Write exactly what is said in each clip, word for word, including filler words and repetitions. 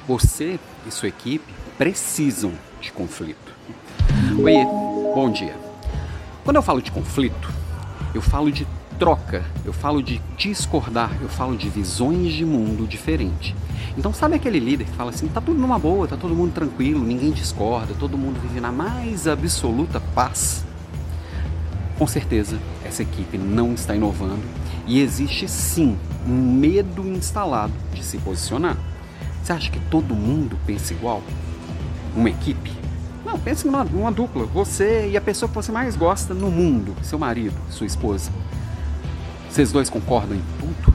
Você e sua equipe precisam de conflito. Oiê, bom dia. Quando eu falo de conflito, eu falo de troca, eu falo de discordar, eu falo de visões de mundo diferente. Então sabe aquele líder que fala assim, tá tudo numa boa, tá todo mundo tranquilo, ninguém discorda, todo mundo vive na mais absoluta paz? Com certeza, essa equipe não está inovando e existe sim um medo instalado de se posicionar. Você acha que todo mundo pensa igual? Uma equipe? Não, pense numa, numa dupla, você e a pessoa que você mais gosta no mundo, seu marido, sua esposa. Vocês dois concordam em tudo?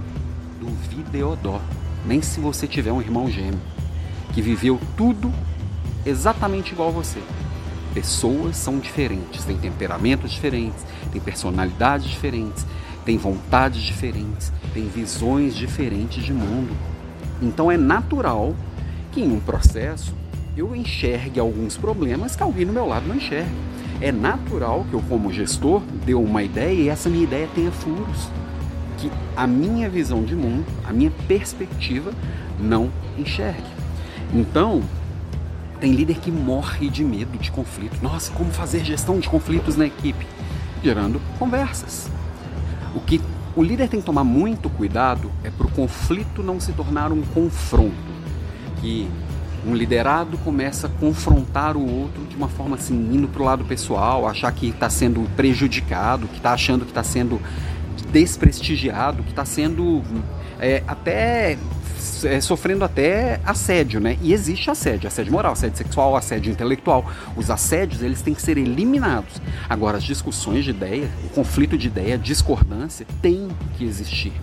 Duvide ou dó. Nem se você tiver um irmão gêmeo que viveu tudo exatamente igual a você. Pessoas são diferentes, têm temperamentos diferentes, têm personalidades diferentes, têm vontades diferentes, têm visões diferentes de mundo. Então é natural que em um processo eu enxergue alguns problemas que alguém do meu lado não enxergue. É natural que eu, como gestor, dê uma ideia e essa minha ideia tenha furos. Que a minha visão de mundo, a minha perspectiva não enxergue. Então, tem líder que morre de medo de conflito. Nossa, como fazer gestão de conflitos na equipe? Gerando conversas. O que o líder tem que tomar muito cuidado é para o conflito não se tornar um confronto. Que um liderado começa a confrontar o outro de uma forma assim, indo para o lado pessoal, achar que está sendo prejudicado, que está achando que está sendo desprestigiado, que está sendo é, até é, sofrendo até assédio, né? E existe assédio, assédio moral, assédio sexual, assédio intelectual. Os assédios, eles têm que ser eliminados. Agora, as discussões de ideia, o conflito de ideia, a discordância, tem que existir.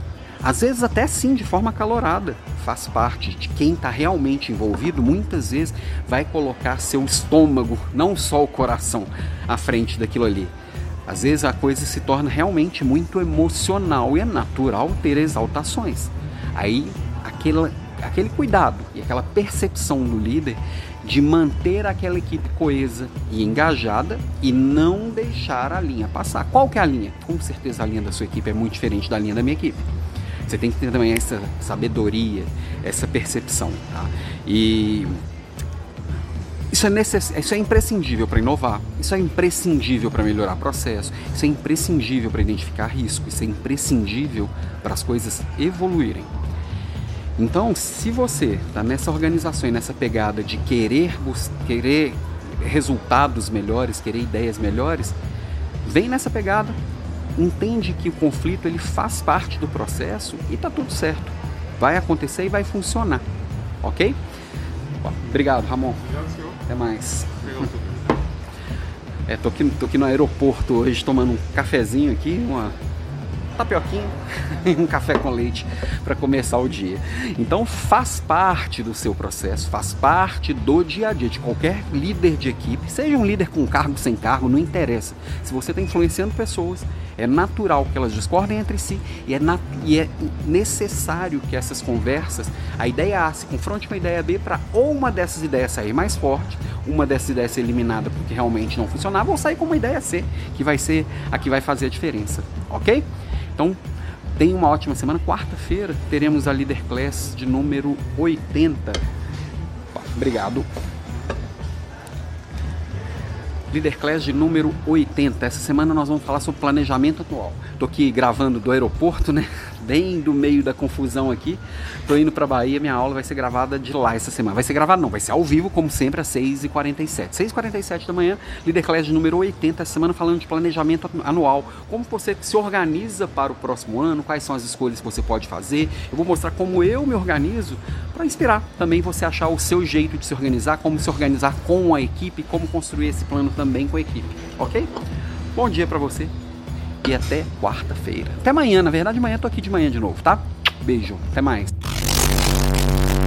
Às vezes até sim, de forma acalorada, faz parte de quem está realmente envolvido, muitas vezes vai colocar seu estômago, não só o coração, à frente daquilo ali. Às vezes a coisa se torna realmente muito emocional e é natural ter exaltações. Aí, aquele, aquele cuidado e aquela percepção do líder de manter aquela equipe coesa e engajada e não deixar a linha passar. Qual que é a linha? Com certeza a linha da sua equipe é muito diferente da linha da minha equipe. Você tem que ter também essa sabedoria, essa percepção, tá? E Isso é, necess... isso é imprescindível para inovar, isso é imprescindível para melhorar o processo, isso é imprescindível para identificar risco, isso é imprescindível para as coisas evoluírem. Então, se você está nessa organização e nessa pegada de querer, bus... querer resultados melhores, querer ideias melhores, vem nessa pegada, entende que o conflito ele faz parte do processo e está tudo certo. Vai acontecer e vai funcionar, ok? Obrigado, Ramon. Obrigado, senhor. Até mais. Obrigado. É, tô aqui, tô aqui no aeroporto hoje tomando um cafezinho aqui, uma tapioquinha e um café com leite para começar o dia. Então faz parte do seu processo, faz parte do dia a dia de qualquer líder de equipe, seja um líder com cargo, sem cargo, não interessa. Se você está influenciando pessoas, é natural que elas discordem entre si e é, nat- e é necessário que essas conversas, a ideia A se confronte com a ideia B para ou uma dessas ideias sair mais forte, uma dessas ideias ser eliminada porque realmente não funcionava, ou sair com uma ideia C, que vai ser a que vai fazer a diferença, ok? Então, tenha uma ótima semana. Quarta-feira teremos a Leader Class de número oitenta. Obrigado. Leader Class de número oitenta. Essa semana nós vamos falar sobre planejamento atual. Estou aqui gravando do aeroporto, né? Bem do meio da confusão aqui. Estou indo para Bahia, minha aula vai ser gravada de lá essa semana. Vai ser gravada não, vai ser ao vivo, como sempre, às seis e quarenta e sete. seis e quarenta e sete da manhã, Leader Class de número oitenta, essa semana falando de planejamento anual. Como você se organiza para o próximo ano, quais são as escolhas que você pode fazer. Eu vou mostrar como eu me organizo para inspirar também você a achar o seu jeito de se organizar, como se organizar com a equipe, como construir esse plano também com a equipe, ok? Bom dia para você. E até quarta-feira. Até amanhã, na verdade, amanhã eu tô aqui de manhã de novo, tá? Beijo, até mais.